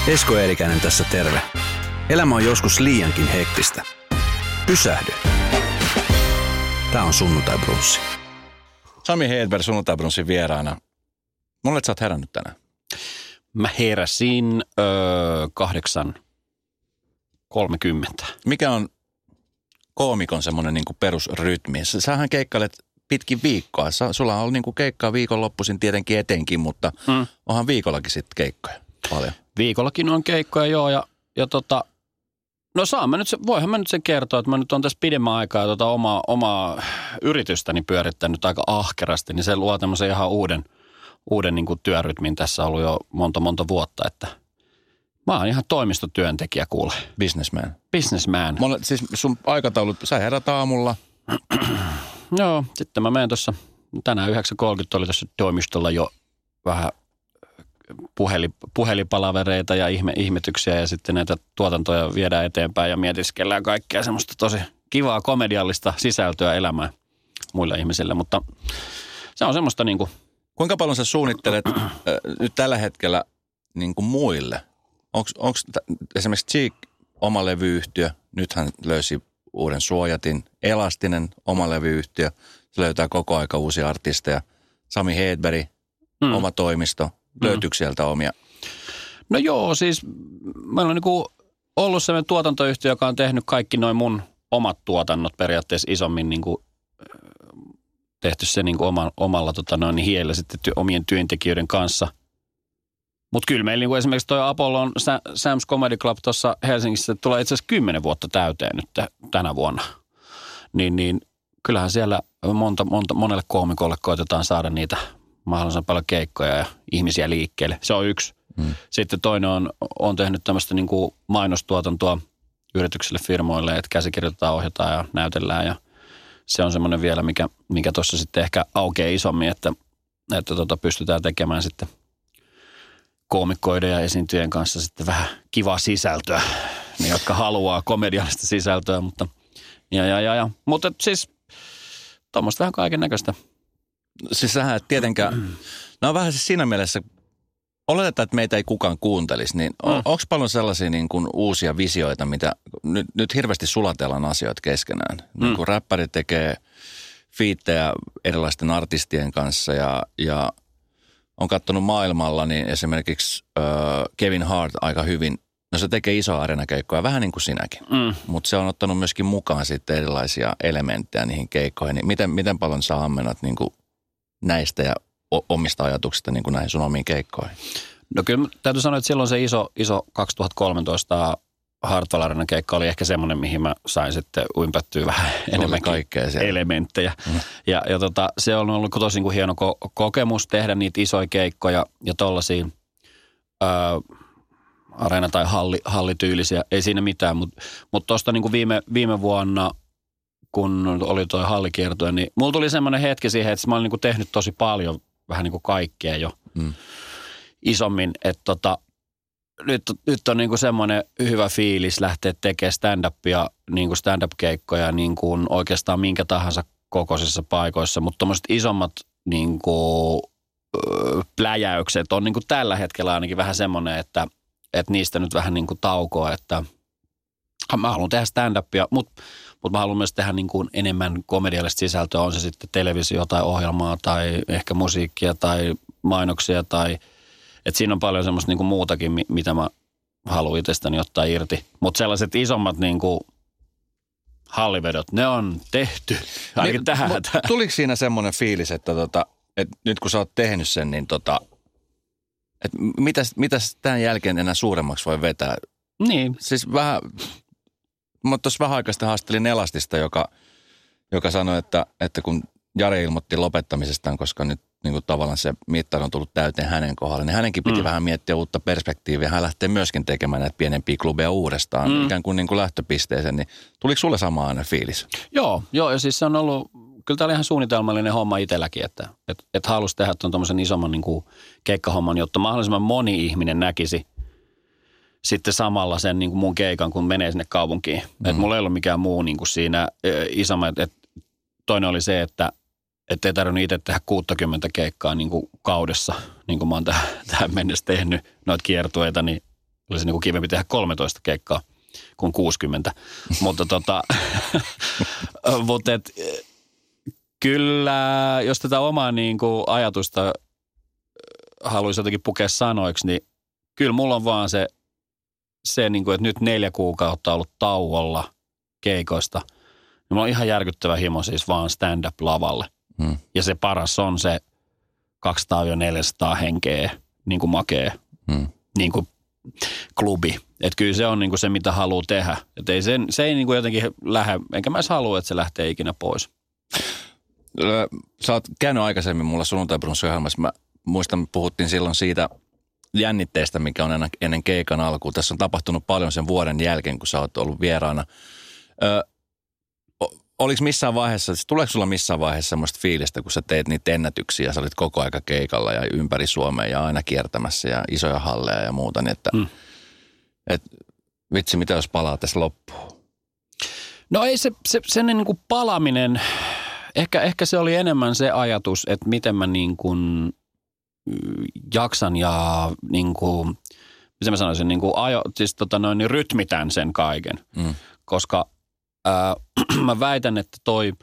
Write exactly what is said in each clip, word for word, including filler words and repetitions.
Esko Eerikäinen tässä terve. Elämä on joskus liiankin hektistä. Pysähdy. Tää on Sunnuntai Brunssi. Sami Hedberg Sunnuntai Brunssin vieraana. Mulle et sä oot herännyt tänään. Mä heräsin öö, kahdeksan kolmekymmentä. Mikä on koomikon semmoinen niinku perusrytmi? Sähän keikkailet pitkin viikkoa. Sä, sulla on ollut niinku keikkaa viikonloppuisin tietenkin etenkin, mutta mm. onhan viikollakin sitten keikkoja paljon. Viikollakin on keikkoja, joo. Ja, ja tota, no saan mä nyt se, voihan mä nyt sen kertoa, että mä nyt on tässä pidemmän aikaa tota omaa, omaa yritystäni pyörittänyt aika ahkerasti, niin se luo tämmöisen ihan uuden, uuden niin kuin työrytmin. Tässä on ollut jo monta monta vuotta, että mä oon ihan toimistotyöntekijä, kuule. Businessman. Businessman. Mulla, siis sun aikataulut, sä herät aamulla. Joo, sitten mä menen tuossa, tänään yhdeksän kolmekymmentä oli tuossa toimistolla jo vähän puheli, puhelipalavereita ja ihme, ihmetyksiä ja sitten näitä tuotantoja viedään eteenpäin ja mietiskellään kaikkea semmoista tosi kivaa komediallista sisältöä elämään muille ihmisille, mutta se on semmoista niin kuin. Kuinka paljon sä suunnittelet äh, nyt tällä hetkellä niin kuin muille? Onko esimerkiksi Cheek oma levyyhtiö, nythän löysi uuden suojatin, Elastinen oma levyyhtiö, se löytää koko aika uusia artisteja, Sami Hedberg, mm. oma toimisto, löytyykö sieltä omia? No joo, siis meillä on niinku ollut sellainen tuotantoyhtiö, joka on tehnyt kaikki noin mun omat tuotannot periaatteessa isommin niinku, tehty se niinku oma, omalla tota noin hiellä sitten ty, omien työntekijöiden kanssa. Mutta kyllä meillä niinku esimerkiksi toi Apollon Sa, Sam's Comedy Club tuossa Helsingissä tulee itse asiassa kymmenen vuotta täyteen nyt t- tänä vuonna. Niin, niin kyllähän siellä monta, monta, monelle koomikolle koitetaan saada niitä mahdollisimman paljon keikkoja ja ihmisiä liikkeelle. Se on yksi. Hmm. Sitten toinen on, on tehnyt tämmöistä niin kuin mainostuotantoa yrityksille, firmoille, että käsikirjoitetaan, ohjataan ja näytellään. Ja se on semmoinen vielä, mikä, mikä tuossa sitten ehkä aukeaa isommin, että, että tota pystytään tekemään sitten koomikkoiden ja esiintyjien kanssa sitten vähän kivaa sisältöä. Ne, jotka haluaa komediallista sisältöä, mutta ja, ja, ja, ja. Mutta siis tuommoista vähän kaiken näköistä. Siis sähän et tietenkään, no on vähän siis siinä mielessä, oletetaan, että meitä ei kukaan kuuntelisi, niin on, mm. onko paljon sellaisia niin kuin uusia visioita, mitä nyt, nyt hirveästi sulatellaan asioita keskenään. Mm. Niin kuin räppäri tekee fiittejä erilaisten artistien kanssa ja, ja on katsonut maailmalla, niin esimerkiksi äh, Kevin Hart aika hyvin, no se tekee isoa areenakeikkoja, vähän niin kuin sinäkin, mm. mutta se on ottanut myöskin mukaan sitten erilaisia elementtejä niihin keikkoihin. Niin miten, miten paljon sä ammennat niin kuin näistä ja omista ajatuksista niin kuin näihin sun omiin keikkoihin? No kyllä täytyy sanoa, että silloin se iso, iso kaksituhattakolmetoista Hartwall Arenan keikka oli ehkä semmoinen, mihin mä sain sitten ympättyä vähän enemmänkin elementtejä. Mm. Ja, ja tota, se on ollut tosi niin kuin hieno ko- kokemus tehdä niitä isoja keikkoja ja tollaisia öö, areena- tai halli, hallityylisiä. Ei siinä mitään, mutta mut tuosta niin kuin viime, viime vuonna kun oli tuo hallikiertue, niin mulla tuli semmoinen hetki siihen, että mä olin niin kuin tehnyt tosi paljon vähän niin kuin kaikkea jo mm. isommin, että tota, nyt, nyt on niin kuin semmoinen hyvä fiilis lähteä tekemään stand-upia, niin kuin stand-up-keikkoja niin kuin oikeastaan minkä tahansa kokoisissa paikoissa, mutta tommoiset isommat niin kuin, ö, pläjäykset on niin kuin tällä hetkellä ainakin vähän semmoinen, että, että niistä nyt vähän niin kuin taukoa, että mä haluan tehdä stand-upia, mutta Mutta mä haluan myös tehdä niin kuin enemmän komediallista sisältöä, on se sitten televisio tai ohjelmaa tai ehkä musiikkia tai mainoksia. Tai, että siinä on paljon semmoista niin kuin muutakin, mitä mä haluan itsestäni ottaa irti. Mutta sellaiset isommat niin kuin hallivedot, ne on tehty ainakin niin, tähän. Tuliko siinä semmoinen fiilis, että, tota, että nyt kun sä oot tehnyt sen, niin tota, että mitäs, mitäs tämän jälkeen enää suuremmaksi voi vetää? Niin. Siis vähän. Mä tuossa vähän aikaa sitten haastelin Elastista, joka, joka sanoi, että, että kun Jari ilmoitti lopettamisestaan, koska nyt niin kuin tavallaan se mittari on tullut täyteen hänen kohdalla, niin hänenkin piti mm. vähän miettiä uutta perspektiiviä. Hän lähtee myöskin tekemään näitä pienempiä klubeja uudestaan, mm. ikään kuin, niin kuin lähtöpisteeseen. Niin tuliko sulle sama aina fiilis? Joo, joo, ja siis se on ollut, kyllä tämä oli ihan suunnitelmallinen homma itselläkin, että et, et halusi tehdä tuon tuommoisen isomman niin kuin keikkahomman, jotta mahdollisimman moni ihminen näkisi sitten samalla sen niin kuin mun keikan, kun menee sinne kaupunkiin. Mm. Että mulla ei ollut mikään muu niin kuin siinä e, isomma. Et, et, toinen oli se, että et ei tarvinnut itse tehdä kuusikymmentä keikkaa niin kuin kaudessa, niin kuin mä oon tähän, tähän mennessä tehnyt noita kiertueita, niin olisi niin kuin kivempi tehdä kolmetoista keikkaa kuin kuusikymmentä. Mutta tota, mutta et, kyllä, jos tätä omaa niin kuin ajatusta haluaisi jotenkin pukea sanoiksi, niin kyllä mulla on vaan se, se niin kuin, että nyt neljä kuukautta ollut tauolla keikoista. Niin mulla on ihan järkyttävä himo siis vaan stand-up-lavalle. Hmm. Ja se paras on se kaksisataa neljäsataa henkeä niin kuin makee hmm. niin kuin klubi. Että kyllä se on niin kuin se, mitä haluaa tehdä. Että ei sen, se ei niin kuin jotenkin lähde, enkä mä edes halua, että se lähtee ikinä pois. Sä oot käynyt aikaisemmin mulla Sunnuntai-brunssi-ohjelmassa. Mä muistan, me puhuttiin silloin siitä jännitteestä, mikä on ennen keikan alkuun. Tässä on tapahtunut paljon sen vuoden jälkeen, kun sä oot ollut vieraana. Ö, oliko missään vaiheessa, siis tuleeko sulla missään vaiheessa semmoista fiilistä, kun sä teet niitä ennätyksiä ja sä olit koko aika keikalla ja ympäri Suomea ja aina kiertämässä ja isoja halleja ja muuta, niin että mm. et, vitsi, mitä jos palaa tässä loppuun? No ei se, se sen niin kuin palaaminen, ehkä, ehkä se oli enemmän se ajatus, että miten mä niin kuin jaksan ja niin kuin, mitä mä sanoisin, niin kuin ajo, siis tota noin, niin rytmitän sen kaiken, mm. koska ää, mä väitän, että toi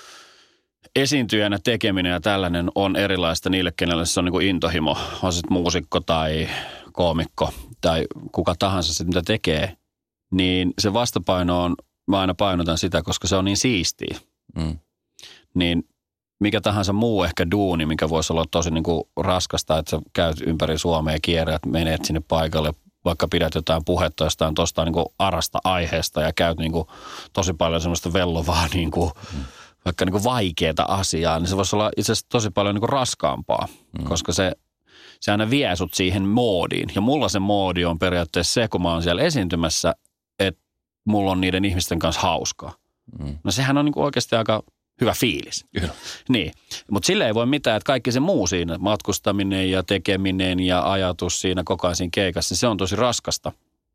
esiintyjänä tekeminen ja tällainen on erilaista niille, kenelle se on niin kuin intohimo, on se muusikko tai koomikko tai kuka tahansa se, mitä tekee, niin se vastapaino on, mä aina painotan sitä, koska se on niin siistiä, mm. niin mikä tahansa muu ehkä duuni, mikä voisi olla tosi niin kuin raskasta, että sä käyt ympäri Suomea ja kierrät, menet sinne paikalle, vaikka pidät jotain puhetta jostain tuosta niin kuin arasta aiheesta ja käyt niin kuin tosi paljon semmoista vellovaa, niin kuin, mm. vaikka niin kuin vaikeaa asiaa, niin se voisi olla itse asiassa tosi paljon niin kuin raskaampaa, mm. koska se, se aina vie sut siihen moodiin. Ja mulla se moodi on periaatteessa se, kun mä oon siellä esiintymässä, että mulla on niiden ihmisten kanssa hauskaa. Mm. No sehän on niin kuin oikeasti aika hyvä fiilis. Kyllä. Niin, mutta sille ei voi mitään, että kaikki se muu siinä, matkustaminen ja tekeminen ja ajatus siinä koko ajan siinä keikassa, se on tosi raskasta.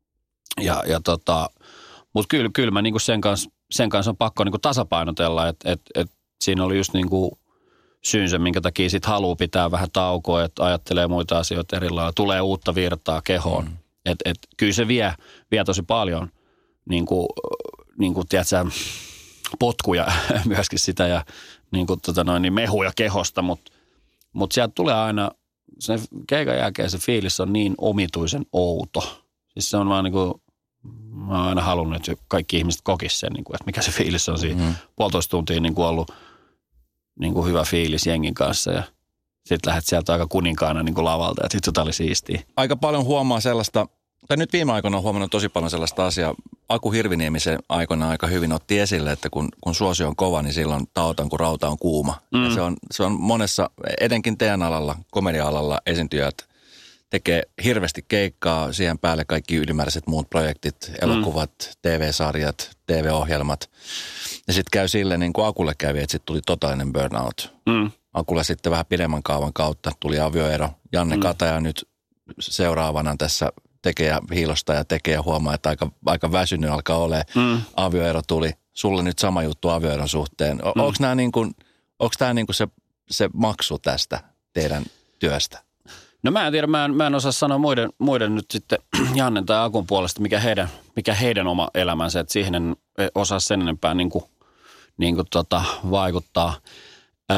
Ja, ja tota, mutta kyllä, kyllä mä niinku sen, kanssa, sen kanssa on pakko niinku tasapainotella, että et, et siinä oli just niinku syynsä, minkä takia sit haluaa pitää vähän taukoa, että ajattelee muita asioita eri lailla, tulee uutta virtaa kehoon. Mm. Että et, kyllä se vie, vie tosi paljon, niinku, niinku tiedätkö, potkuja myöskin sitä ja niin kuin, tota noin, niin mehuja kehosta, mutta mut sieltä tulee aina, sen keikan jälkeen se fiilis on niin omituisen outo. Siis se on vaan niin kuin, mä oon aina halunnut, että kaikki ihmiset kokisivat sen, niin kuin, että mikä se fiilis on siinä. Mm-hmm. Puolitoista tuntia niin kuin ollut niin kuin hyvä fiilis jengin kanssa ja sitten lähdet sieltä aika kuninkaana niin kuin lavalta, että sitten oli siistiä. Aika paljon huomaa sellaista, tai nyt viime aikoina on huomannut tosi paljon sellaista asiaa. Aku Hirviniemi se aikoina aika hyvin otti esille, että kun, kun suosio on kova, niin silloin taotan, kun rauta on kuuma. Mm. Ja se on, se on monessa, etenkin teidän alalla, komedia-alalla esiintyjät tekee hirveästi keikkaa, siihen päälle kaikki ylimääräiset muut projektit, elokuvat, mm. T V-sarjat, T V-ohjelmat. Ja sitten käy silleen, niin kuin Akulle kävi, että sitten tuli totaalinen burnout. Mm. Akulle sitten vähän pidemmän kaavan kautta tuli avioero. Janne mm. Kataja nyt seuraavana tässä tekee ja hiilosta ja tekee ja huomaa, että aika, aika väsynyt alkaa olemaan. Mm. Avioero tuli. Sulle nyt sama juttu avioeron suhteen. O, mm. Onko tämä niin kuin, onko tämä niin kuin se, se maksu tästä teidän työstä? No mä en tiedä, mä en, mä en osaa sanoa muiden, muiden nyt sitten Jannen tai Akun puolesta, mikä heidän, mikä heidän oma elämänsä, että siihen en osaa sen enempää niin kuin, niin kuin tota, vaikuttaa. Öö,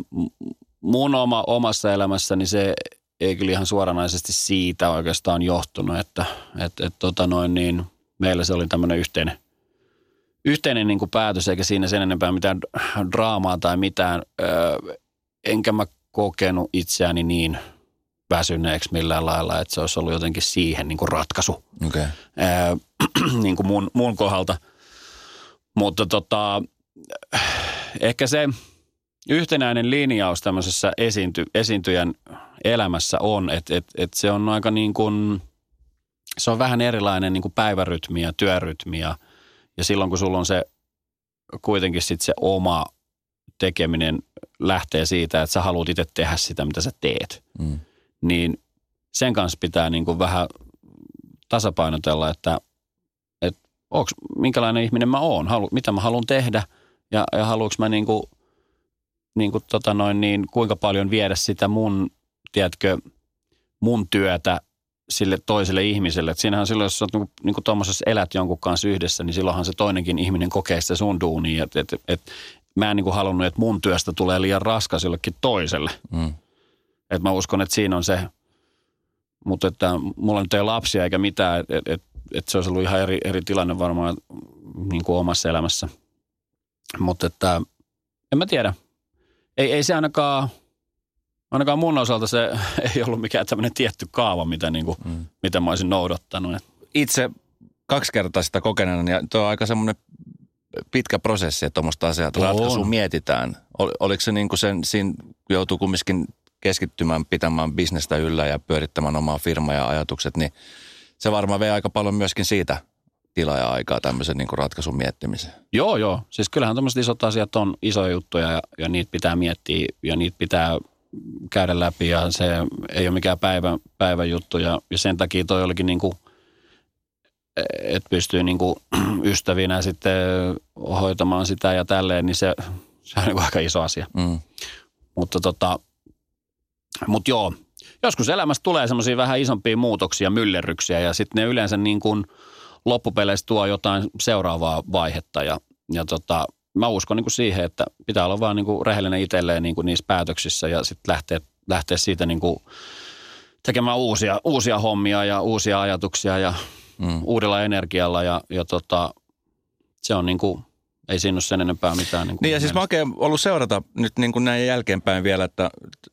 mun oma, omassa elämässäni se ei kyllä ihan suoranaisesti siitä oikeastaan johtunut, että et, et, tota noin, niin meillä se oli tämmöinen yhteinen, yhteinen niin kuin päätös, eikä siinä sen enempää mitään draamaa tai mitään. Öö, enkä mä kokenut itseäni niin väsyneeksi millään lailla, että se olisi ollut jotenkin siihen niin kuin ratkaisu okay. öö, niin kuin mun, mun kohdalta. Mutta tota, ehkä se yhtenäinen linjaus tämmöisessä esiinty, esiintyjän elämässä on, että et, et se on aika niin kuin, se on vähän erilainen niin kuin päivärytmi ja työrytmi ja, ja silloin kun sulla on se kuitenkin sitten se oma tekeminen lähtee siitä, että sä haluat itse tehdä sitä, mitä sä teet, mm. niin sen kanssa pitää niin kuin vähän tasapainotella, että, että onks, minkälainen ihminen mä oon, halu, mitä mä haluan tehdä ja, ja haluanko mä niin kuin, niin kuin tota noin, niin kuinka paljon viedä sitä mun, tiedätkö, mun työtä sille toiselle ihmiselle. Et siinähän silloin, jos sä niin niin tuommoisessa elät jonkun kanssa yhdessä, niin silloinhan se toinenkin ihminen kokee sitä sun duunia. Et, et, et, mä en niin kuin halunnut, että mun työstä tulee liian raskas jollekin toiselle. Mm. Et mä uskon, että siinä on se, mutta että mulla nyt ei lapsia eikä mitään, että et, et, et se olisi ollut ihan eri, eri tilanne varmaan niin kuin omassa elämässä. Mutta että en mä tiedä. Ei, ei se ainakaan, ainakaan mun osalta se ei ollut mikään tämmöinen tietty kaava, mitä, niin kuin, mm. mitä mä olisin noudattanut. Itse kaksi kertaa sitä kokeneena, ja tuo on aika semmoinen pitkä prosessi, että tuommoista asiaa ratkaisua mietitään. Ol, oliko se niin kuin sen, siinä joutuu kumminkin keskittymään, pitämään bisnestä yllä ja pyörittämään omaa firmaa ja ajatukset, niin se varmaan vei aika paljon myöskin siitä tilaa ja aikaa tämmöisen niin kuin ratkaisun miettimiseen. Joo, joo. Siis kyllähän tämmöiset isot asiat on isoja juttuja ja, ja niitä pitää miettiä ja niitä pitää käydä läpi ja se ei ole mikään päivän, päivän juttu ja, ja sen takia toi olikin niin kuin, että pystyy niin kuin ystävinä sitten hoitamaan sitä ja tälleen, niin se, se on niin kuin aika iso asia. Mm. Mutta tota, mut joo, joskus elämässä tulee semmoisia vähän isompia muutoksia, myllerryksiä ja sitten ne yleensä niin kuin loppupeleissä tuo jotain seuraavaa vaihetta ja, ja tota, mä uskon niin kuin siihen, että pitää olla vaan niin kuin rehellinen itselleen niin kuin niissä päätöksissä ja sitten lähteä, lähteä siitä niin kuin tekemään uusia, uusia hommia ja uusia ajatuksia ja mm. uudella energialla ja, ja tota, se on niin kuin, ei siinä ole sen enempää mitään. Niin, niin ja siis mä oikein ollut seurata nyt niin kuin näin jälkeenpäin vielä, että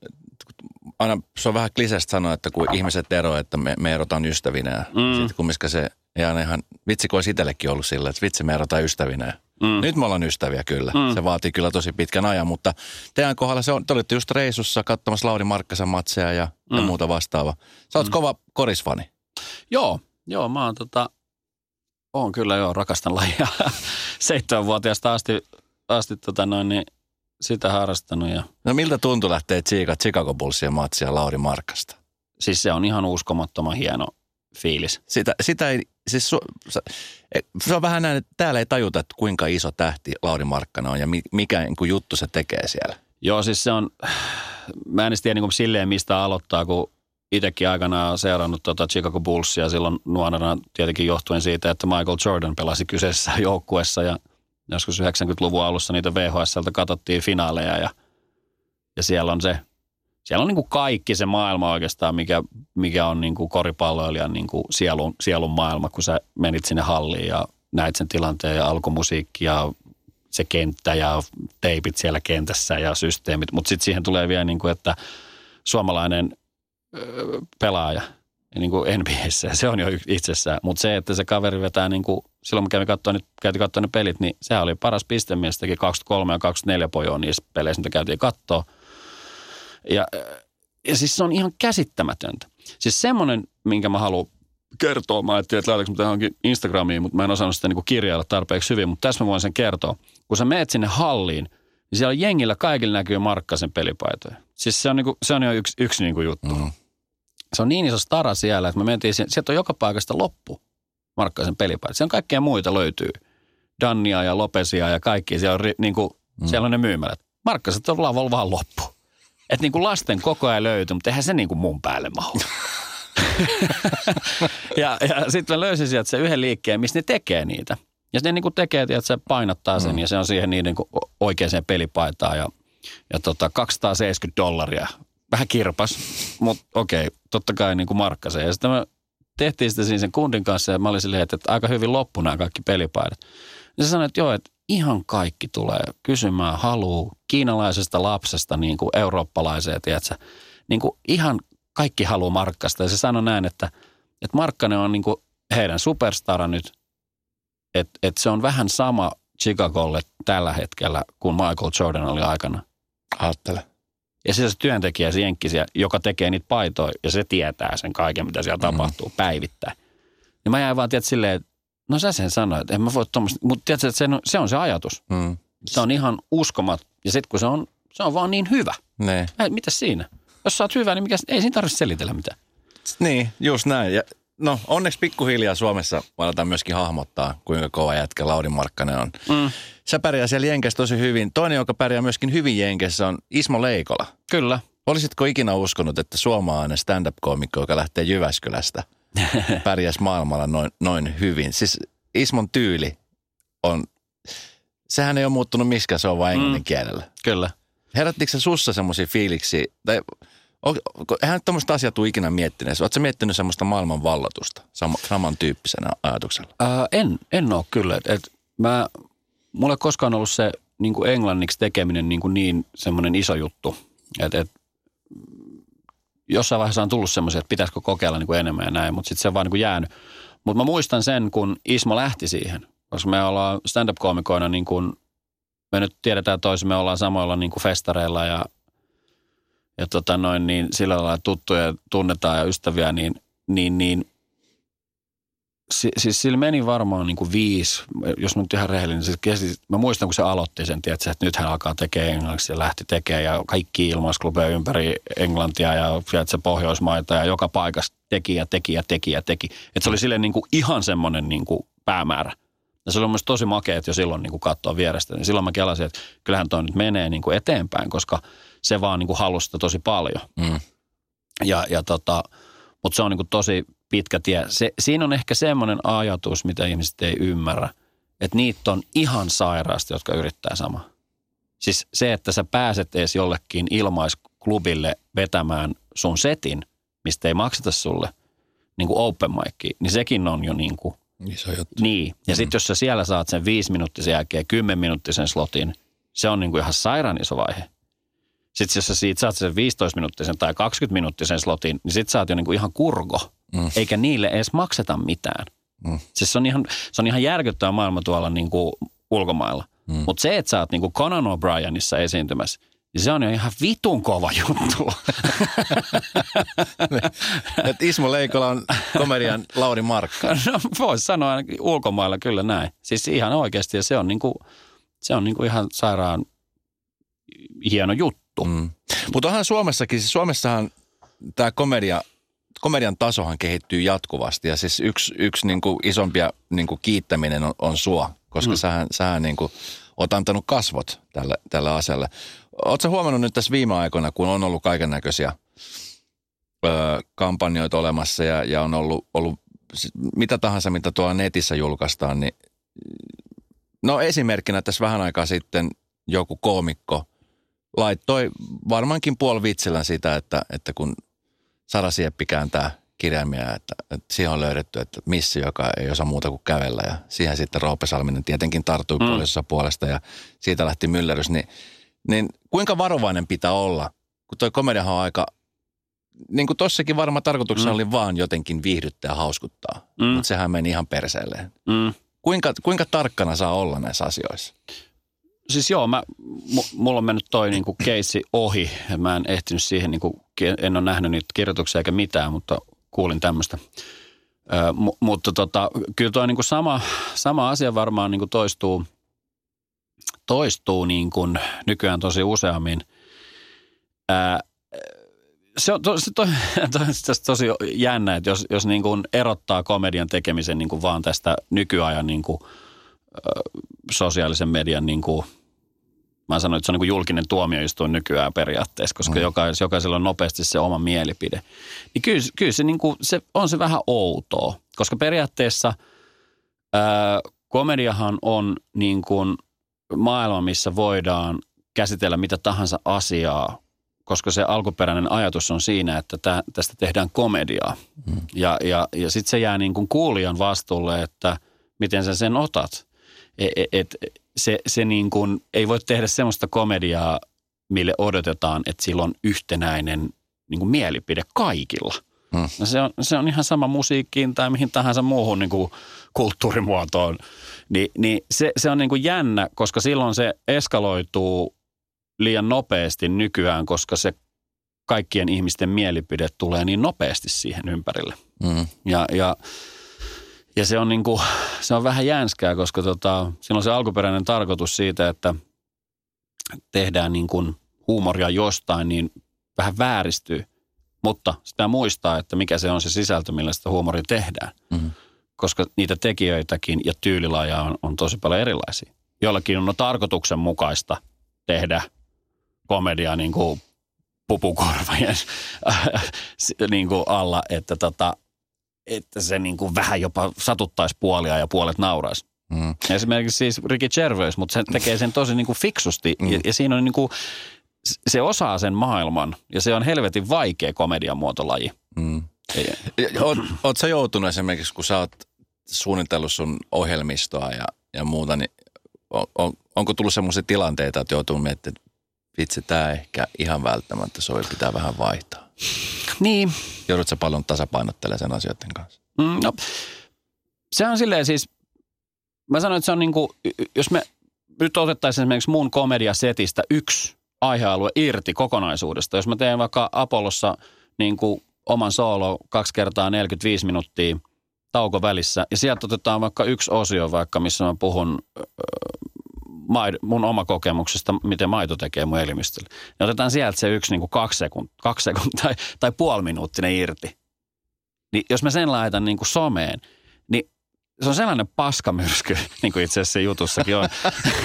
aina se on vähän kliseistä sanoa, että kun ihmiset eroavat, että me, me erotaan ystävinä ja mm. sitten kumminkin se ei aina ihan, vitsi kun olisi itsellekin ollut sillä, että vitsi me erotaan ystävinä. Mm. Nyt me ollaan ystäviä kyllä. Mm. Se vaatii kyllä tosi pitkän ajan, mutta teidän kohdalla se on, te olitte just reissussa katsomassa Lauri Markkasen matseja ja, mm. ja muuta vastaavaa. Sä oot mm. kova korisfani. Joo, joo mä oon tota, oon kyllä joo, rakastan lajia. Seitsemänvuotiaasta asti, asti tota noin, niin sitä harrastanut. Ja... No miltä tuntui lähteä tsiikaa Chicago Bullsien matsia Lauri Markkasta? Siis se on ihan uskomattoman hieno fiilis. Sitä, sitä ei, siis su, se on vähän näin, että täällä ei tajuta, että kuinka iso tähti Lauri Markkanen on ja mikä niin kuin juttu se tekee siellä. Joo, siis se on, mä en tiedä niin kuin silleen mistä aloittaa, kun itsekin aikanaan seurannut tuota Chicago Bullsia silloin nuorena tietenkin johtuen siitä, että Michael Jordan pelasi kyseisessä joukkueessa ja joskus yhdeksänkymmentäluvun alussa niitä V H S:ltä katsottiin finaaleja ja, ja siellä on se, siellä on niin kuin kaikki se maailma oikeastaan, mikä, mikä on niin kuin koripalloilijan niin kuin sielun, sielun maailma, kun sä menit sinne halliin ja näit sen tilanteen ja alkomusiikki ja se kenttä ja teipit siellä kentässä ja systeemit. Mutta sitten siihen tulee vielä niin kuin, että suomalainen ö, pelaaja niin kuin N B A:ssä, se on jo itsessään. Mutta se, että se kaveri vetää niin kuin, silloin kun kävin katsoa, käytiin katsoa ne pelit, niin sehän oli paras pistemies, teki kaksikymmentäkolme ja kaksikymmentäneljä pojoa niissä peleissä, mitä käytiin katsoa. Ja, ja siis se on ihan käsittämätöntä. Siis semmoinen, minkä mä haluan kertoa, mä ajattelin, että laitanko mä johonkin Instagramiin, mutta mä en osannut sitä niin kuin kirjailla tarpeeksi hyvin, mutta tässä mä voin sen kertoa. Kun sä meet sinne halliin, niin siellä jengillä kaikilla näkyy Markkasen pelipaitoja. Siis se on, niin kuin, se on jo yksi, yksi niin kuin juttu. Mm. Se on niin iso stara siellä, että me mentiin, sieltä on joka paikasta loppu Markkasen pelipaitoja. Siellä on kaikkea muita löytyy. Dannia ja Lopesia ja kaikki. Siellä on, niin kuin, mm. siellä on ne myymälät. Markkaset on lavalla vaan loppu. Että niin kuin lasten koko ajan löytyy, mutta eihän se niin kuin mun päälle mahu. ja ja sitten mä löysin sieltä se yhden liikkeen, missä ne tekee niitä. Ja ne niin kuin tekee, että se painottaa sen mm. ja se on siihen niiden niin oikeaan pelipaitaan. Ja, ja tota kaksisataaseitsemänkymmentä dollaria. Vähän kirpas, mutta okei, totta kai niin kuin Markkaseen. Ja sitten me tehtiin sitä siinä sen kundin kanssa ja mä olin silleen, että aika hyvin loppu nämä kaikki pelipaidat. Ja se sanoi, että joo, että ihan kaikki tulee kysymään haluu kiinalaisesta lapsesta niin kuin eurooppalaiseen, tiedätkö? Niin kuin ihan kaikki haluaa Markkasta. Ja se sanoi näin, että, että Markkanen on niin kuin heidän superstara nyt, että, että se on vähän sama Chicagolle tällä hetkellä, kuin Michael Jordan oli aikana. Aattele. Ja se se työntekijä, se jenkkisiä, joka tekee niitä paitoja ja se tietää sen kaiken, mitä siellä mm. tapahtuu päivittäin. Ja mä jäin vaan tiedät silleen, että no sä sen sanoit, että en mä voi tuommoista, mutta tiedätkö, että se on, se on se ajatus. Mm. Se on ihan uskomat. Ja sitten kun se on, se on vaan niin hyvä. Ne. Mitäs siinä? Jos sä oot hyvä, niin mikä, ei siinä tarvitse selitellä mitään. Niin, just näin. Ja no onneksi pikkuhiljaa Suomessa aletaan myöskin hahmottaa, kuinka kova jätkä Lauri Markkanen on. Mm. Sä pärjää siellä Jenkessä tosi hyvin. Toinen, joka pärjää myöskin hyvin Jenkessä, on Ismo Leikola. Kyllä. Olisitko ikinä uskonut, että suomalainen stand-up-koomikko, joka lähtee Jyväskylästä, pärjäisi maailmalla noin, noin hyvin? Siis Ismon tyyli on, sehän ei ole muuttunut miskään, se on vain englannin kielellä. Mm, kyllä. Herättikö se sussa semmoisia fiiliksiä, tai eihän tämmöistä asiaa tule ikinä miettineet. Oletko miettinyt semmoista maailman vallatusta sam- samantyyppisenä ajatuksella? Ää, en, en ole kyllä. Et, et mä, mulla ei koskaan ollut se niin kuin englanniksi tekeminen niin, kuin niin semmoinen iso juttu. Että et, jossain vaiheessa on tullut semmoisia, että pitäisikö kokeilla niin kuin enemmän ja näin, mutta sitten se on vaan niin kuin jäänyt. Mutta mä muistan sen, kun Ismo lähti siihen, koska me ollaan stand-up-koomikoina niin kuin, me nyt tiedetään toisin, me ollaan samoilla niin kuin festareilla ja, ja tota noin, niin sillä lailla tuttuja tunnetaan ja ystäviä, niin, niin, niin si, siis sillä meni varmaan niin kuin viisi, jos mä nyt ihan rehellinen, siis kesti, mä muistan, kun se aloitti sen, tiedätkö, että nyt hän alkaa tekemään englanniksi ja lähti tekemään ja kaikki ilmaisklubeja ympäri Englantia ja tiedätkö, Pohjoismaita ja joka paikassa teki ja teki ja teki ja teki. Että se oli silleen niin kuin ihan semmoinen niin kuin päämäärä. Ja se oli myös tosi makea, että jo silloin niin kuin katsoa vierestä. Ja silloin mä kelasin, että kyllähän toi nyt menee niin kuin eteenpäin, koska se vaan niin kuin halusi sitä tosi paljon. Mm. Ja, ja tota, mutta se on niin kuin tosi pitkä tie. Se, siinä on ehkä semmoinen ajatus, mitä ihmiset ei ymmärrä, että niitä on ihan sairaasti, jotka yrittää sama. Siis se, että sä pääset edes jollekin ilmaisklubille vetämään sun setin, mistä ei makseta sulle niin kuin open micin, niin sekin on jo niin kuin iso juttu. Niin. Ja mm. sitten jos sä siellä saat sen viisi minuuttisen jälkeen kymmenen minuuttisen slotin, se on niin kuin ihan sairaan iso vaihe. Sitten jos sä siitä saat sen viisitoista minuuttisen tai kaksikymmentä minuuttisen slotin, niin sit sä oot jo niin kuin ihan kurgo. Mm. Eikä niille edes makseta mitään. Mm. Siis se on ihan, se on ihan järkyttävä maailma tuolla niin kuin ulkomailla. Mm. Mutta se, että sä oot niin kuin Conan O'Brienissa esiintymässä, niin se on jo ihan vitun kova juttu. Että Ismo Leikola on komedian Lauri Markka. No voisi sanoa ainakin ulkomailla kyllä näin. Siis ihan oikeasti ja se on, niinku, se on niinku ihan sairaan hieno juttu. Mm. Mutta onhan Suomessakin, siis Suomessahan tämä komedia, komedian tasohan kehittyy jatkuvasti. Ja siis yksi, yksi niinku isompia niinku kiittäminen on, on sua, koska mm. sähän, sähän niinku oot antanut kasvot tälle, tälle asialle. Ootko huomannut nyt tässä viime aikoina, kun on ollut kaiken näköisiä kampanjoita olemassa ja, ja on ollut, ollut mitä tahansa, mitä tuolla netissä julkaistaan, niin no esimerkkinä tässä vähän aikaa sitten joku koomikko laittoi varmaankin puolivitsillä sitä, että, että kun Sara Sieppi kääntää kirjaimia, että, että siihen on löydetty, että missi, joka ei osaa muuta kuin kävellä ja siihen sitten Roope Salminen tietenkin tarttui mm. puolisessa puolesta ja siitä lähti myllerys, niin, niin kuinka varovainen pitää olla, kun toi komediahan on aika, niin kuin tossakin varmaan tarkoituksena mm. oli vaan jotenkin viihdyttää ja hauskuttaa, mm. mutta sehän meni ihan perseelleen. Mm. Kuinka, kuinka tarkkana saa olla näissä asioissa? Siis joo, mä, mulla on mennyt toi niinku keissi ohi, ja mä en ehtinyt siihen, niinku, en ole nähnyt niitä kirjoituksia eikä mitään, mutta kuulin tämmöistä. Ö, mu, mutta tota, kyllä toi niinku sama, sama asia varmaan niinku toistuu, toistuu niinku nykyään tosi useammin. Ää, se on to, se to, to, to, tosi jännä, että jos, jos niinku erottaa komedian tekemisen niinku vaan tästä nykyajan niinku, sosiaalisen median, niin kuin, mä sanoin, että se on niin kuin julkinen tuomioistuin nykyään periaatteessa, koska mm. jokais, jokaisella on nopeasti se oma mielipide. Niin kyllä, kyllä se, niin kuin, se on se vähän outoa, koska periaatteessa ää, komediahan on niin kuin maailma, missä voidaan käsitellä mitä tahansa asiaa, koska se alkuperäinen ajatus on siinä, että tä, tästä tehdään komediaa. Mm. Ja, ja, ja sitten se jää niin kuin kuulijan vastuulle, että miten sä sen otat. Et, et, se se niin kuin, ei voi tehdä semmoista komediaa, mille odotetaan, että sillä on yhtenäinen niin kuin mielipide kaikilla. Hmm. No se, on, se on ihan sama musiikkiin tai mihin tahansa muuhun niin kuin kulttuurimuotoon. Ni, niin se, se on niin kuin jännä, koska silloin se eskaloituu liian nopeasti nykyään, koska se kaikkien ihmisten mielipide tulee niin nopeasti siihen ympärille. Hmm. Ja, ja Ja se on, niin kuin, se on vähän jänskää, koska tota, siinä on se alkuperäinen tarkoitus siitä, että tehdään niin kuin huumoria jostain, niin vähän vääristyy. Mutta sitä muistaa, että mikä se on se sisältö, millä sitä huumoria tehdään. Mm-hmm. Koska niitä tekijöitäkin ja tyylilajaa on, on tosi paljon erilaisia. Jollakin on tarkoituksenmukaista tehdä komediaa niin kuin pupukorvajen niin kuin alla, että, tota, että se niin kuin vähän jopa satuttaisi puolia ja puolet nauraisi. Mm. Esimerkiksi siis Ricky Gervais, mutta se tekee sen tosi niin kuin fiksusti mm. ja, ja siinä on niin kuin, se osaa sen maailman ja se on helvetin vaikea komedian muotolaji. Mm. Oot, oot sä joutunut esimerkiksi, kun sä oot suunnitellut sun ohjelmistoa ja, ja muuta, niin on, on, onko tullut semmoisia tilanteita, että joutuu miettimään, että vitsi, tää ehkä ihan välttämättä sovi, pitää vähän vaihtaa? Niin. Joudut sä paljon tasapainottelemaan sen asioiden kanssa? Mm, no, se on silleen siis, mä sanoin, että se on niin kuin, jos me nyt otettaisiin esimerkiksi mun komediasetistä yksi aihealue irti kokonaisuudesta. Jos mä teen vaikka Apollossa niin kuin oman soolo kaksi kertaa neljäkymmentäviisi minuuttia tauko välissä ja sieltä otetaan vaikka yksi osio vaikka, missä mä puhun äh, mun oma kokemuksesta, miten maito tekee mun elimistölle. Ja otetaan sieltä se yksi niin kuin kaksi sekuntia, kaksi sekuntia tai, tai puoli minuuttinen irti. Niin jos mä sen laitan niin kuin someen, niin se on sellainen paskamyrsky, niin kuin itse asiassa jutussakin on.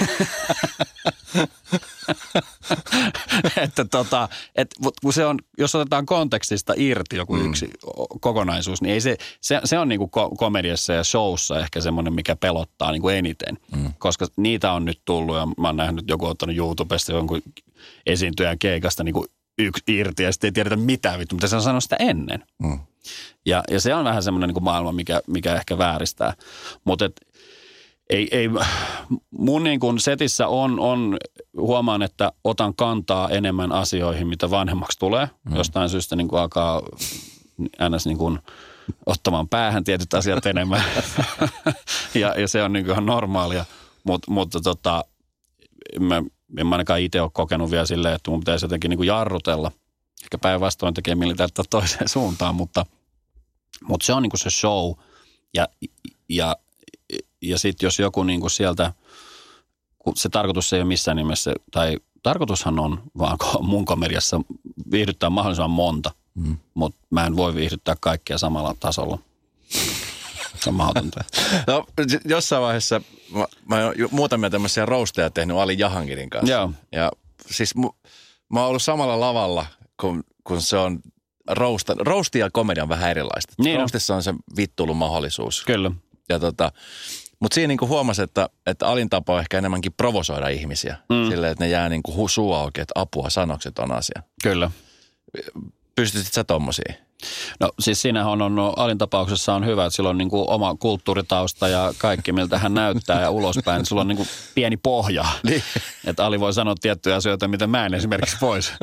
että tota, et, kun se on, jos otetaan kontekstista irti joku mm. yksi kokonaisuus, niin ei se, se, se on niin kuin komediassa ja showssa ehkä semmoinen, mikä pelottaa niin kuin eniten. Mm. Koska niitä on nyt tullut ja mä oon nähnyt, joku on ottanut YouTubesta jonkun esiintyjän keikasta niin kuin yksi irti ja sitten ei tiedetä mitään vittu, mitä se on sanonut sitä ennen. Mm. Ja, ja se on vähän semmoinen niin kuin maailma, mikä, mikä ehkä vääristää. Mutta ei, ei, mun niin kuin setissä on, on, huomaan, että otan kantaa enemmän asioihin, mitä vanhemmaksi tulee. Mm. Jostain syystä niin kuin alkaa ns. Niin kuin ottamaan päähän tietyt asiat enemmän. ja, ja se on niin kuin ihan normaalia. Mut, mutta tota, mä, en mä ainakaan itse ole kokenut vielä silleen, että mun pitäisi jotenkin niin kuin jarrutella. Ehkä päinvastoin tekee mieli täyttää toiseen suuntaan, mutta, mutta se on niin kuin se show. Ja, ja, ja sitten jos joku niin kuin sieltä, kun se tarkoitus ei ole missään nimessä, tai tarkoitushan on vaan mun komediassa viihdyttää mahdollisimman monta, mm. mutta mä en voi viihdyttää kaikkia samalla tasolla. Se on mahdotonta. No jossain vaiheessa mä, mä oon muutamia tämmöisiä roasteja tehnyt Ali Jahangirin kanssa. Joo. Ja siis mu, mä oon ollut samalla lavalla, kun, kun se on roasta, roasti ja komedia on vähän erilaista. Niin roastissa on se vittuilun mahdollisuus. Kyllä. Ja tota, mutta siinä niinku huomasi, että, että Alin tapa on ehkä enemmänkin provosoida ihmisiä. Mm. Silleen, että ne jää niinku suu auki, että apua, sanokset on asia. Kyllä. Pystytit sä tommosiin? No siis siinähän on, no, Alin tapauksessa on hyvä, että sillä on niin kuin oma kulttuuritausta ja kaikki, miltä hän näyttää ja ulospäin. Sillä on niin kuin pieni pohja. Niin. Että Ali voi sanoa tiettyjä asioita, mitä mä en esimerkiksi voisi.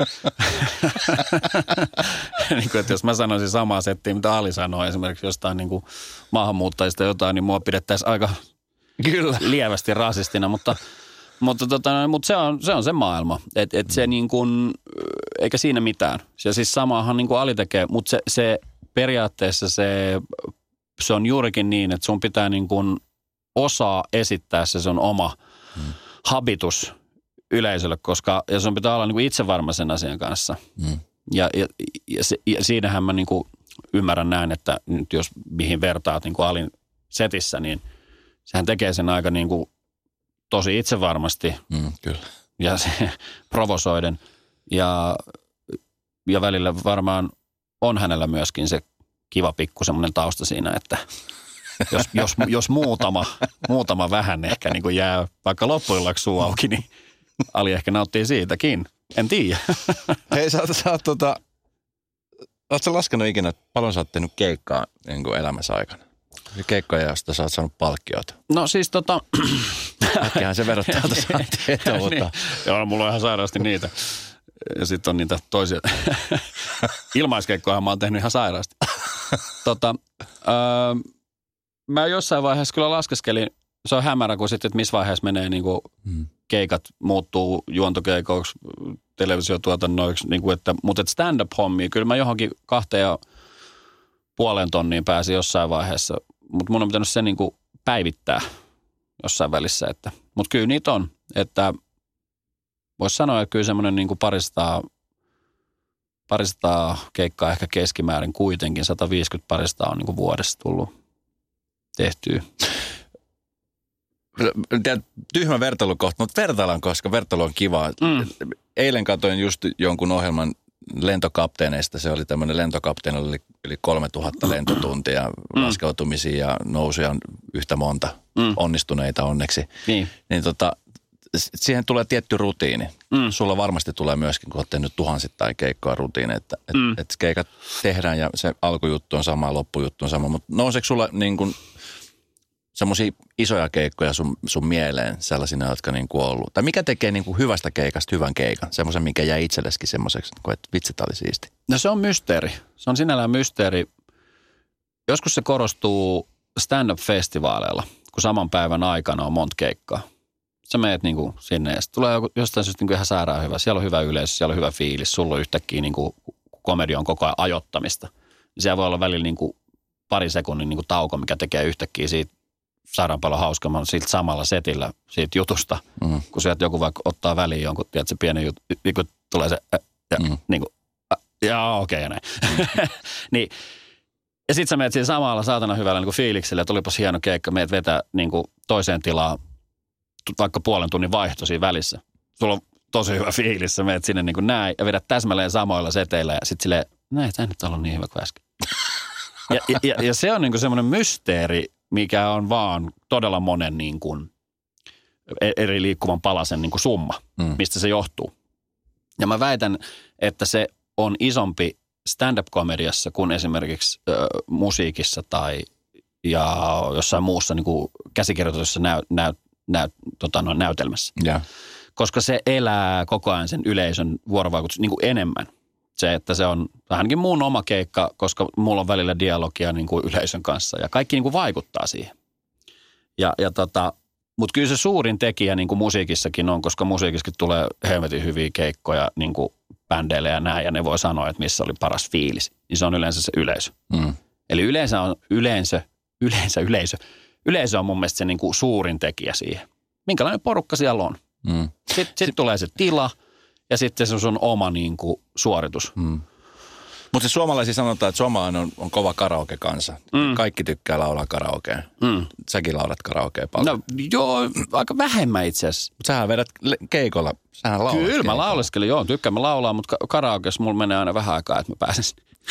niin kuin, että jos mä sanoisin samaa settiä, mitä Ali sanoo esimerkiksi jostain niin kuin maahanmuuttajista jotain, niin mua pidettäisiin aika Kyllä. lievästi rasistina, mutta... Mutta, tota, mutta se, on, se on se maailma, että et se niin kuin, eikä siinä mitään. Ja siis samahan niin kuin Ali tekee, mutta se, se periaatteessa se, se on juurikin niin, että sun pitää niin kuin osaa esittää se sun oma hmm. habitus yleisölle, koska ja sun pitää olla niin kuin itsevarma sen asian kanssa. Hmm. Ja, ja, ja, se, ja siinähän mä niin kuin ymmärrän näin, että nyt jos mihin vertaat niin kuin Alin setissä, niin sehän tekee sen aika niin kuin tosi itsevarmasti mm, kyllä. ja se provosoiden. Ja, ja välillä varmaan on hänellä myöskin se kiva pikku semmoinen tausta siinä, että jos, jos, jos muutama, muutama vähän ehkä niin kuin jää vaikka loppuillaksi suu auki, niin Ali ehkä nauttii siitäkin. En tiedä. Hei, sä, sä oot tota, oot sä laskenut ikinä, että paljon sä oot tehnyt keikkaa niin kuin elämässä aikana? Keikkoja, josta sä oot saanut palkkiota. No siis tota... Äkkihän se verottaa tuossa tietää, mutta... niin. Joo, mulla on ihan sairaasti niitä. Ja sitten on niitä toisia. Ilmaiskeikkoja mä oon tehnyt ihan sairaasti. tota, öö, mä jossain vaiheessa kyllä laskeskelin, se on hämärä, kun sitten, että missä vaiheessa menee niin kuin hmm. keikat muuttuu juontokeikoiksi, televisiotuotannoiksi, niin kuin että, mutta että stand-up-hommia, kyllä mä johonkin kahteen ja puolen tonniin pääsin jossain vaiheessa, mutta mun on pitänyt se niin kuin päivittää jossain välissä, että, mutta kyllä niitä on, että voisi sanoa, että kyllä semmoinen niin kuin paristaa, paristaa keikkaa ehkä keskimäärin kuitenkin, sata viisikymmentä paristaa on niin kuin vuodessa tullut tehtyä. Tyhmä vertailukohta, mutta vertaillaan, koska vertailu on kiva. Mm. Eilen katsoin just jonkun ohjelman lentokapteeneista. Se oli tämmöinen lentokapteeni, oli yli kolmetuhatta lentotuntia, mm. laskeutumisia ja nousuja on yhtä monta, mm. onnistuneita onneksi. Niin. Niin tota, siihen tulee tietty rutiini. Mm. Sulla varmasti tulee myöskin, kun olet tehnyt tuhansittain keikkoa rutiini, että et, mm. et keikat tehdään ja se alkujuttu on sama, loppujuttu on sama. Mutta nouseeko sulla niin kuin semmoisia isoja keikkoja sun, sun mieleen sellaisina, jotka niin kuin on ollut? Tai mikä tekee niin kuin hyvästä keikasta hyvän keikan? Semmoisen, mikä jäi itsellesikin semmoiseksi, että vitsi, tää oli siisti. No se on mysteeri. Se on sinällään mysteeri. Joskus se korostuu stand-up-festivaaleilla, kun saman päivän aikana on monta keikkaa. Sä meet niin kuin sinne ja tulee jostain syystä niin kuin ihan sairaan hyvä. Siellä on hyvä yleisö, siellä on hyvä fiilis. Sulla on yhtäkkiä niin kuin komedia on koko ajan ajoittamista. Siellä voi olla välillä niin kuin pari sekunnin niin kuin tauko, mikä tekee yhtäkkiä siitä sairaan paljon hauskamman siltä samalla setillä siitä jutusta. Mm. Kun sieltä joku vaikka ottaa väliin jonkun, tiedät se pieni juttu, kun tulee se, äh, ja mm. niin kuin, äh, jaa okei okay, ja näin. Mm. niin, ja sit sä meet siinä samalla saatana hyvällä niin kuin fiiliksellä, että olipas hieno keikka, meet vetää niin kuin toiseen tilaan, vaikka puolen tunnin vaihto siinä välissä. Sulla on tosi hyvä fiilis, sä meet sinne niin kuin näin ja vedät täsmälleen samoilla seteillä ja sit silleen, näin, tämä nyt on niin hyvä kuin äsken. ja, ja, ja, ja se on niin kuin semmoinen mysteeri, mikä on vaan todella monen niin kuin eri liikkuvan palasen niin kuin summa, mm. mistä se johtuu. Ja mä väitän, että se on isompi stand-up-komediassa kuin esimerkiksi ö, musiikissa tai ja jossain muussa niin kuin käsikirjoituksessa näy, näy, näy, tota, no, näytelmässä. Yeah. Koska se elää koko ajan sen yleisön vuorovaikutus niin kuin enemmän. Se, että se on ainakin mun oma keikka, koska mulla on välillä dialogia niin kuin yleisön kanssa ja kaikki niin kuin vaikuttaa siihen. Ja, ja tota, mutta kyllä se suurin tekijä niin kuin musiikissakin on, koska musiikissakin tulee helvetin hyviä keikkoja niin kuin bändeille ja näin, ja ne voi sanoa, että missä oli paras fiilis. Niin se on yleensä se yleisö. Mm. Eli yleensä on yleensä, yleensä yleisö. Yleisö on mun mielestä se niin kuin suurin tekijä siihen. Minkälainen porukka siellä on. Mm. Sitten, sitten tulee se tila. Ja sitten se on sun oma niin kuin, suoritus. Mm. Mutta se suomalaisia sanotaan, että suomalainen on, on kova karaoke-kansa. Mm. Kaikki tykkää laulaa karaokea. Mm. Säkin laulat karaokea paljon. No joo, aika vähemmän itse asiassa. Mutta sähän vedät keikolla, sähän laulat Kyllä keikolla. Mä lauleskelin, joo, tykkään mä laulaa, mutta karaokeassa mulla menee aina vähän aikaa, että mä pääsen.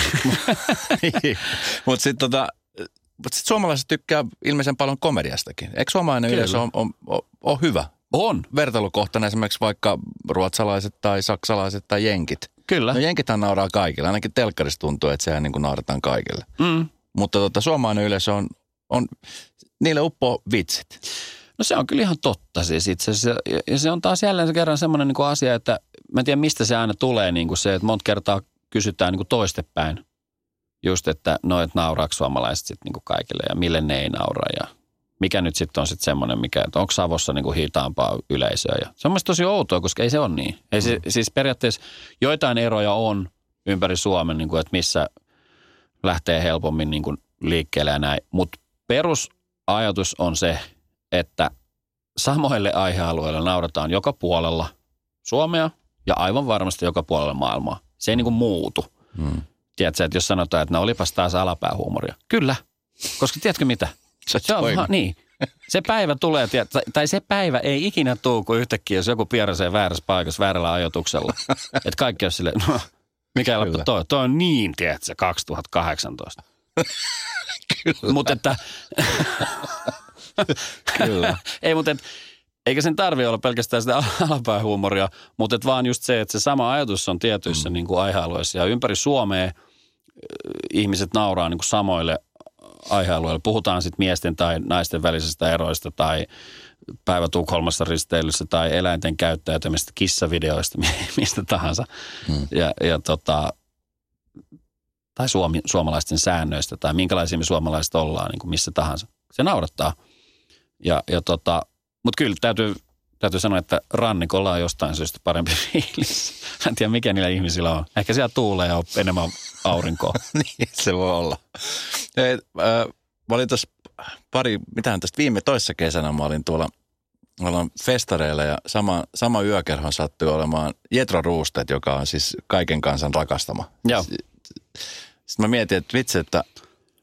Mutta sitten tota, sit suomalaiset tykkää ilmeisen paljon komediastakin. Eikö suomalainen Kyllä. yleisö on, on, on, on hyvä? On. Vertailukohtana esimerkiksi vaikka ruotsalaiset tai saksalaiset tai jenkit. Kyllä. No jenkithän nauraa kaikille. Ainakin telkkarissa tuntuu, että sehän niin kuin naurataan kaikille. Mm. Mutta tota, suomalainen yleisö on, on, niille uppoo vitsit. No se on kyllä ihan totta siis itse asiassa. Ja se on taas jälleen kerran semmoinen niin kuin asia, että mä en tiedä mistä se aina tulee niin kuin se, että monta kertaa kysytään niin kuin toistepäin. Just, että no, et nauraako suomalaiset sitten niin kuin kaikille ja mille ne ei naura ja mikä nyt sitten on sitten semmoinen, mikä, että onko Savossa niinku hitaampaa yleisöä. Ja se on mielestäni tosi outoa, koska ei se ole niin. Ei se, mm. Siis periaatteessa joitain eroja on ympäri Suomen, niinku, että missä lähtee helpommin niinku liikkeelle ja näin. Mutta perusajatus on se, että samoille aihealueille naurataan joka puolella Suomea ja aivan varmasti joka puolella maailmaa. Se ei niinku muutu. Mm. Tiedätkö, että jos sanotaan, että no olipas taas alapäähuumoria. Kyllä, koska tiedätkö mitä? Se on vaan, niin. Se päivä tulee, tai se päivä ei ikinä tule, kun yhtäkkiä jos joku pieräsee väärässä paikassa väärällä ajoituksella. Että kaikki on silleen, no, mikä läppä toi? Toi on niin, tiedätkö, kaksituhattakahdeksantoista. Kyllä. Mutta että, Kyllä. ei, mutta et, eikä sen tarvitse olla pelkästään sitä alapäähuumoria, mutta et vaan just se, että se sama ajatus on tietyissä mm. niin kuin aihealueissa. Ja ympäri Suomea ihmiset nauraa niin kuin samoille aihealueella. Puhutaan sitten miesten tai naisten välisistä eroista tai päivä Tukholmassa risteilyssä tai eläinten käyttäytymistä, kissavideoista, mistä tahansa. Hmm. Ja, ja tota, tai suomi, suomalaisten säännöistä tai minkälaisia me suomalaiset ollaan niin kuin missä tahansa. Se naurattaa. Ja, ja tota, mutta kyllä täytyy, täytyy sanoa, että rannikolla on jostain syystä parempi fiilis. Mä en tiedä, mikä niillä ihmisillä on. Ehkä siellä tuulee ja on enemmän aurinkoa. Niin, se voi olla. Hei, äh, mä olin tuossa pari, mitähän tästä viime toissa kesänä mä olin tuolla ollaan festareilla ja sama, sama yökerho sattui olemaan Jethro Roosted, joka on siis kaiken kansan rakastama. Joo. Sitten mä mietin, että vitsi, että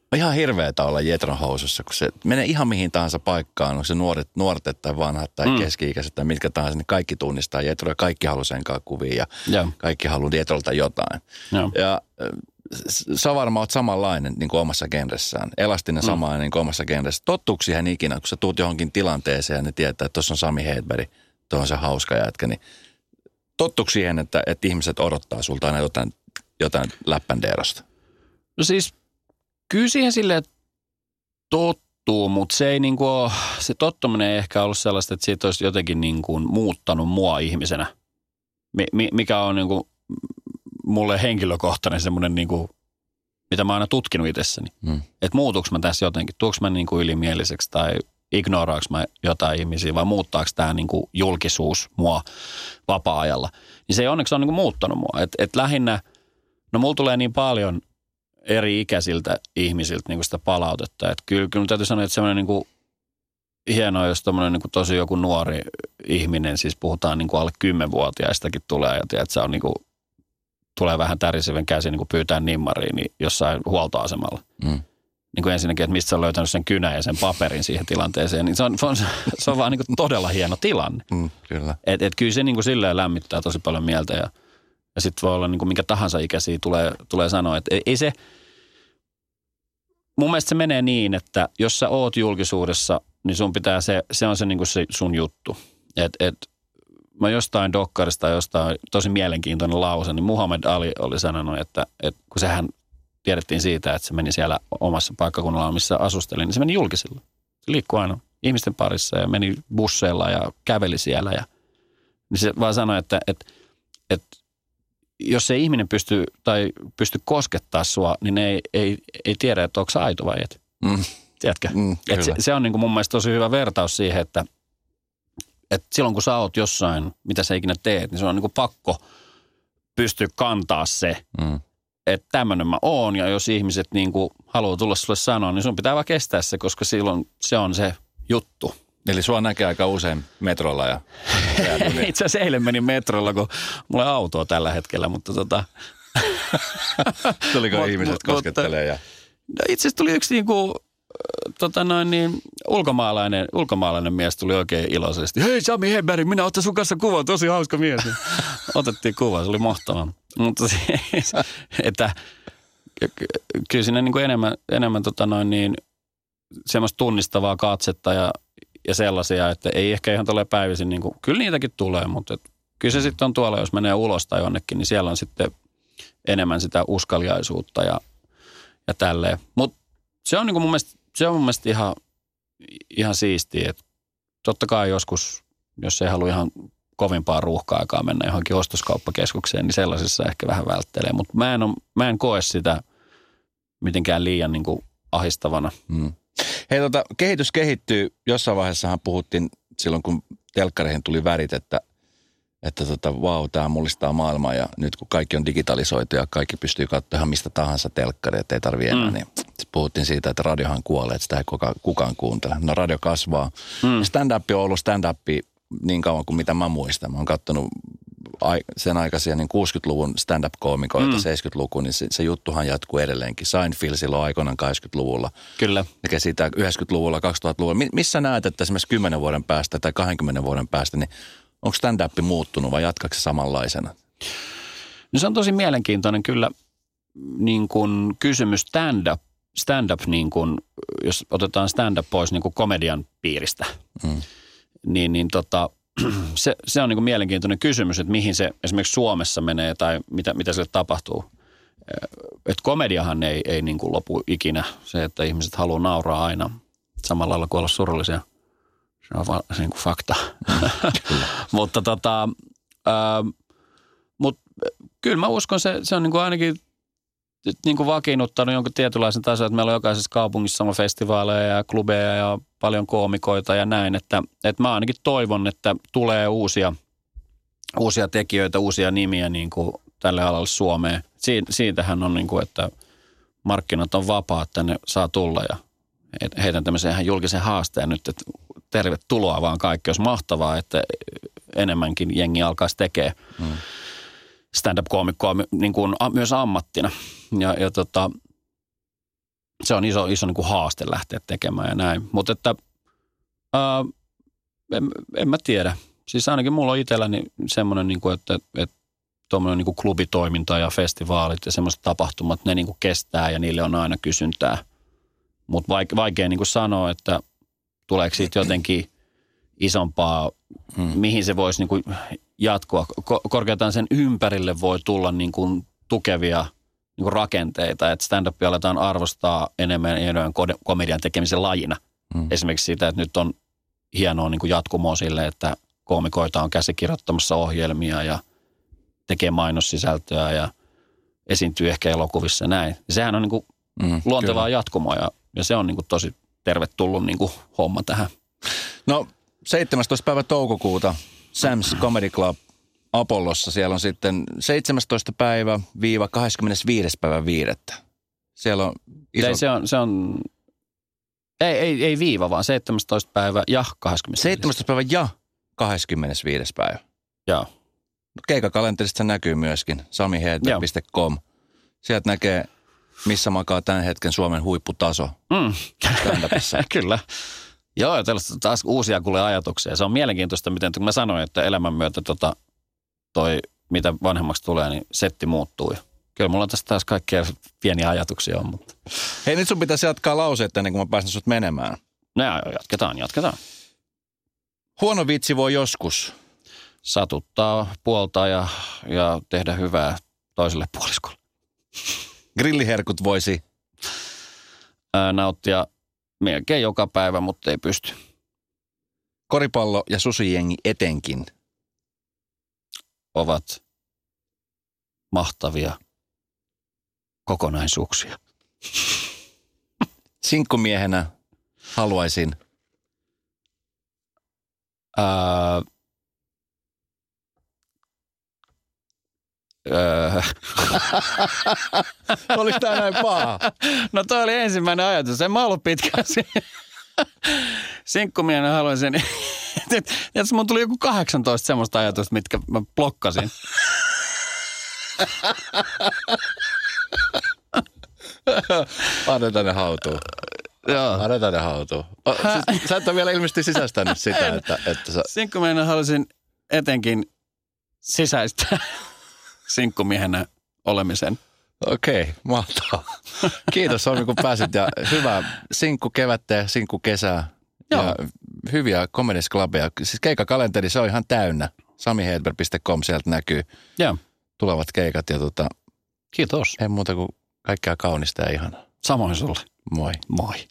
On ihan hirveetä olla Jetron housussa, kun se menee ihan mihin tahansa paikkaan, on se nuoret, nuoret tai vanhat tai mm. keski-ikäiset tai mitkä tahansa, niin kaikki tunnistaa Jetro ja kaikki haluaa sen kanssa kuvia ja, ja kaikki haluaa Jetrolta jotain. Ja, ja sä varmaan oot samanlainen niin kuin omassa genressään, elastinen mm. samanlainen niin kuin omassa genressä. Tottuuko siihen ikinä, kun sä tuut johonkin tilanteeseen ja ne tietää, että tuossa on Sami Hedberg, tuo on se hauska jätkä, niin tottuuko siihen, että, että ihmiset odottaa sulta aina jotain, jotain läppändeerosta? No siis kyllä siihen silleen tottuu, mutta se ei niinku ole, se tottuminen ei ehkä ollut sellaista, että siitä olisi jotenkin niinku muuttanut mua ihmisenä, mikä on niinku mulle henkilökohtainen semmoinen, niinku, mitä mä oon aina tutkinut itsessäni. Hmm. Että muutuuko mä tässä jotenkin, tuuks mä niinku ylimieliseksi tai ignoraanko mä jotain ihmisiä vai muuttaako tämä niinku julkisuus mua vapaa-ajalla. Niin se ei onneksi ole niinku muuttanut mua. Että et lähinnä, no mulla tulee niin paljon eri ikäisiltä ihmisiltä niin kuin sitä palautetta. Että kyllä, kyllä täytyy sanoa, että semmoinen niin kuin hienoa, jos tommoinen niin kuin tosi joku nuori ihminen, siis puhutaan niin kuin alle kymmenvuotiaistakin tulee ja tiedät, se on niin kuin, tulee vähän tärisivän käsin niin kuin pyytää nimmariin niin jossain huoltoasemalla. Mm. Niin kuin ensinnäkin, että mistä sä on löytänyt sen kynän ja sen paperin siihen tilanteeseen, niin se on, se on, se on vaan niin kuin todella hieno tilanne. Mm, kyllä. Et, et kyllä se niin kuin silleen lämmittää tosi paljon mieltä ja Ja sitten voi olla niin kuin minkä tahansa ikäisiä tulee, tulee sanoa, että ei, ei se, mun mielestä se menee niin, että jos sä oot julkisuudessa, niin sun pitää se, se on se, niin kuin se sun juttu. Että et, mä jostain dokkarista, jostain tosi mielenkiintoinen lause, niin Muhammad Ali oli sanonut, että, että kun sehän tiedettiin siitä, että se meni siellä omassa paikkakunnalla, missä asusteli, niin se meni julkisilla. Se liikkui aina ihmisten parissa ja meni busseilla ja käveli siellä. Ja, niin se vaan sanoi, että, että, että jos se ihminen pystyy tai pystyy koskettaa sua, niin ne ei, ei, ei tiedä, että onko sä aito vai et. Mm. Tiedätkö? Mm, et se, se on niin kuin mun mielestä tosi hyvä vertaus siihen, että, että silloin kun sä oot jossain, mitä sä ikinä teet, niin se on niin kuin pakko pystyä kantaa se, mm. että tämmöinen mä oon. Ja jos ihmiset niin kuin haluaa tulla sulle sanoa, niin sun pitää vaan kestää se, koska silloin se on se juttu. Eli sua näkee aika usein metrolla ja... Itse asiassa eilen menin metrolla, kun mulla on autoa tällä hetkellä, mutta tota... Tuliko ihmiset mut, koskettelee ja... No itse asiassa tuli yksi niinku, tota noin niin, ulkomaalainen, ulkomaalainen mies tuli oikein iloisesti. Hei Sami Hedberg, minä otan sun kanssa kuvan, tosi hauska mies. Otettiin kuva, se oli mahtavaa. Mutta siis, että kyllä siinä niinku enemmän, enemmän tota noin niin, semmoista tunnistavaa katsetta ja Ja sellaisia, että ei ehkä ihan tule päivisin, niin kuin, kyllä niitäkin tulee, mutta et, kyllä se sitten on tuolla, jos menee ulos tai jonnekin, niin siellä on sitten enemmän sitä uskaliaisuutta ja, ja tälleen. Mutta se on niin kuin mun mielestä, se on mun mielestä ihan, ihan siistiä, että totta kai joskus, jos ei halua ihan kovimpaa ruuhka-aikaa mennä johonkin ostoskauppakeskukseen, niin sellaisessa ehkä vähän välttelee, mutta mä en, mä en koe sitä mitenkään liian niin kuin ahistavana. Hmm. Hei, tota, kehitys kehittyy. Jossain vaiheessahan puhuttiin silloin, kun telkkareihin tuli värit, että, että tota, vau, tämä mullistaa maailmaa. Ja nyt kun kaikki on digitalisoitu ja kaikki pystyy katsomaan mistä tahansa telkkaria, että ei tarvitse enää, mm. niin puhuttiin siitä, että radiohan kuolee, että sitä ei kukaan, kukaan kuuntele. No radio kasvaa. Mm. Stand-up on ollut stand-up niin kauan kuin mitä mä muistan. Mä oon katsonut sen aikaisia niin kuusikymmentäluvun stand-up-koomikoita, mm. seitsemänkymmentäluku, niin se, se juttuhan jatkuu edelleenkin. Seinfeld silloin aikoinaan kahdeksankymmentäluvulla. Kyllä. Ja siitä yhdeksänkymmentäluvulla, kaksituhattaluvulla. Missä näet, että esimerkiksi kymmenen vuoden päästä tai kahdenkymmenen vuoden päästä, niin onko stand-up muuttunut vai jatkaako se samanlaisena? No se on tosi mielenkiintoinen kyllä niin kuin kysymys stand-up, stand-up niin kuin, jos otetaan stand-up pois niin kuin komedian piiristä, mm. niin, niin tota... Se, se on niin kuin mielenkiintoinen kysymys, että mihin se esimerkiksi Suomessa menee tai mitä, mitä sille tapahtuu. Että komediahan ei, ei niin kuin lopu ikinä. Se, että ihmiset haluaa nauraa aina samalla lailla kuin olla surullisia. Se on vaan niin kuin fakta. mutta tota, ää, mut, kyllä mä uskon, se, se on niin kuin ainakin niin kuin vakiinnuttanut jonkun tietynlaisen tason, että meillä on jokaisessa kaupungissa sama festivaaleja ja klubeja ja paljon koomikoita ja näin, että, että mä ainakin toivon, että tulee uusia, uusia tekijöitä, uusia nimiä niin kuin tälle alalle Suomeen. Si, siitähän on niin kuin, että markkinat on vapaat, tänne saa tulla ja heitän tämmöisen ihan julkisen haasteen nyt, että tervetuloa vaan kaikki, olisi mahtavaa, että enemmänkin jengi alkaisi tekemään mm. stand-up-koomikkoa niin kuin myös ammattina. Ja, ja tota, se on iso, iso niin kuin haaste lähteä tekemään ja näin. Mutta että ää, en, en mä tiedä. Siis ainakin mulla on itselläni semmoinen, niin kuin, että, että tuommoinen niin kuin klubitoiminta ja festivaalit ja semmoiset tapahtumat, ne niin kuin kestää ja niille on aina kysyntää. Mutta vaikea, vaikea niin kuin sanoa, että tuleeko siitä jotenkin isompaa, hmm. mihin se voisi niin kuin jatkua. Korkeintaan sen ympärille voi tulla niin kuin tukevia niin kuin rakenteita, että stand-up aletaan arvostaa enemmän enemmän komedian tekemisen lajina. Hmm. Esimerkiksi siitä, että nyt on hienoa niin kuin jatkumoa sille, että koomikoita on käsikirjoittamassa ohjelmia ja tekee mainossisältöä ja esiintyy ehkä elokuvissa ja näin. Ja sehän on niin kuin mm, luontevaa kyllä. jatkumoa ja, ja se on niin kuin tosi tervetullut niin kuin homma tähän. No seitsemästoista päivä toukokuuta Sam's Comedy Club Apollossa. Siellä on sitten seitsemästoista päivä viiva kahdeskymmenesviides päivä viidettä. Siellä on iso... Ei, se on, se on... Ei, ei, ei viiva, vaan seitsemästoista päivä ja kahdeskymmenesviides seitsemästoista päivä ja kahdeskymmenesviides päivä. Joo. No, keikakalenterista näkyy myöskin sami hedberg piste com. Sieltä näkee, missä makaa tämän hetken Suomen huipputaso. Mm. Kyllä. Joo, tällaista taas uusia kuulee ajatuksia. Se on mielenkiintoista, miten kun mä sanoin, että elämän myötä tota, toi, mitä vanhemmaksi tulee, niin setti muuttuu. Kyllä mulla on tästä taas kaikkea pieniä ajatuksia on, mutta... Hei, nyt sun pitäisi jatkaa lauseetta ennen kuin mä pääsen sut menemään. No jatketaan, jatketaan. Huono vitsi voi joskus satuttaa, puoltaa ja, ja tehdä hyvää toiselle puoliskolle. Grilliherkut voisi Ää, nauttia melkein joka päivä, mutta ei pysty. Koripallo ja susijengi etenkin ovat mahtavia kokonaisuuksia. Sinkkumiehenä haluaisin Ää, Öö. Oliko tämä näin paha? No toi oli ensimmäinen ajatus. En mä ollut pitkään sinkkumiehen haluaisin. Että mun tuli joku kahdeksantoista semmoista ajatusta, mitkä mä blokkasin. Annetaan ne hautuu. Joo. Annetaan ne hautuu. Siis, sä et ole vielä ilmeisesti sisäistänyt sitä, että, että sä... Sinkkumiehen haluaisin etenkin sisäistää sinkkumiehenä olemisen. Okei, okay, mahtavaa. Kiitos Sami, kun pääsit ja hyvää sinkkukevättä ja sinkkukesää. Joo. Ja hyviä komedisklubeja. Siis keikakalenteri, se on ihan täynnä. sami hedberg piste com, sieltä näkyy Joo. tulevat keikat. Ja tota, kiitos. Ei muuta kuin kaikkea kaunista ja ihanaa. Samoin sulle. Moi. Moi.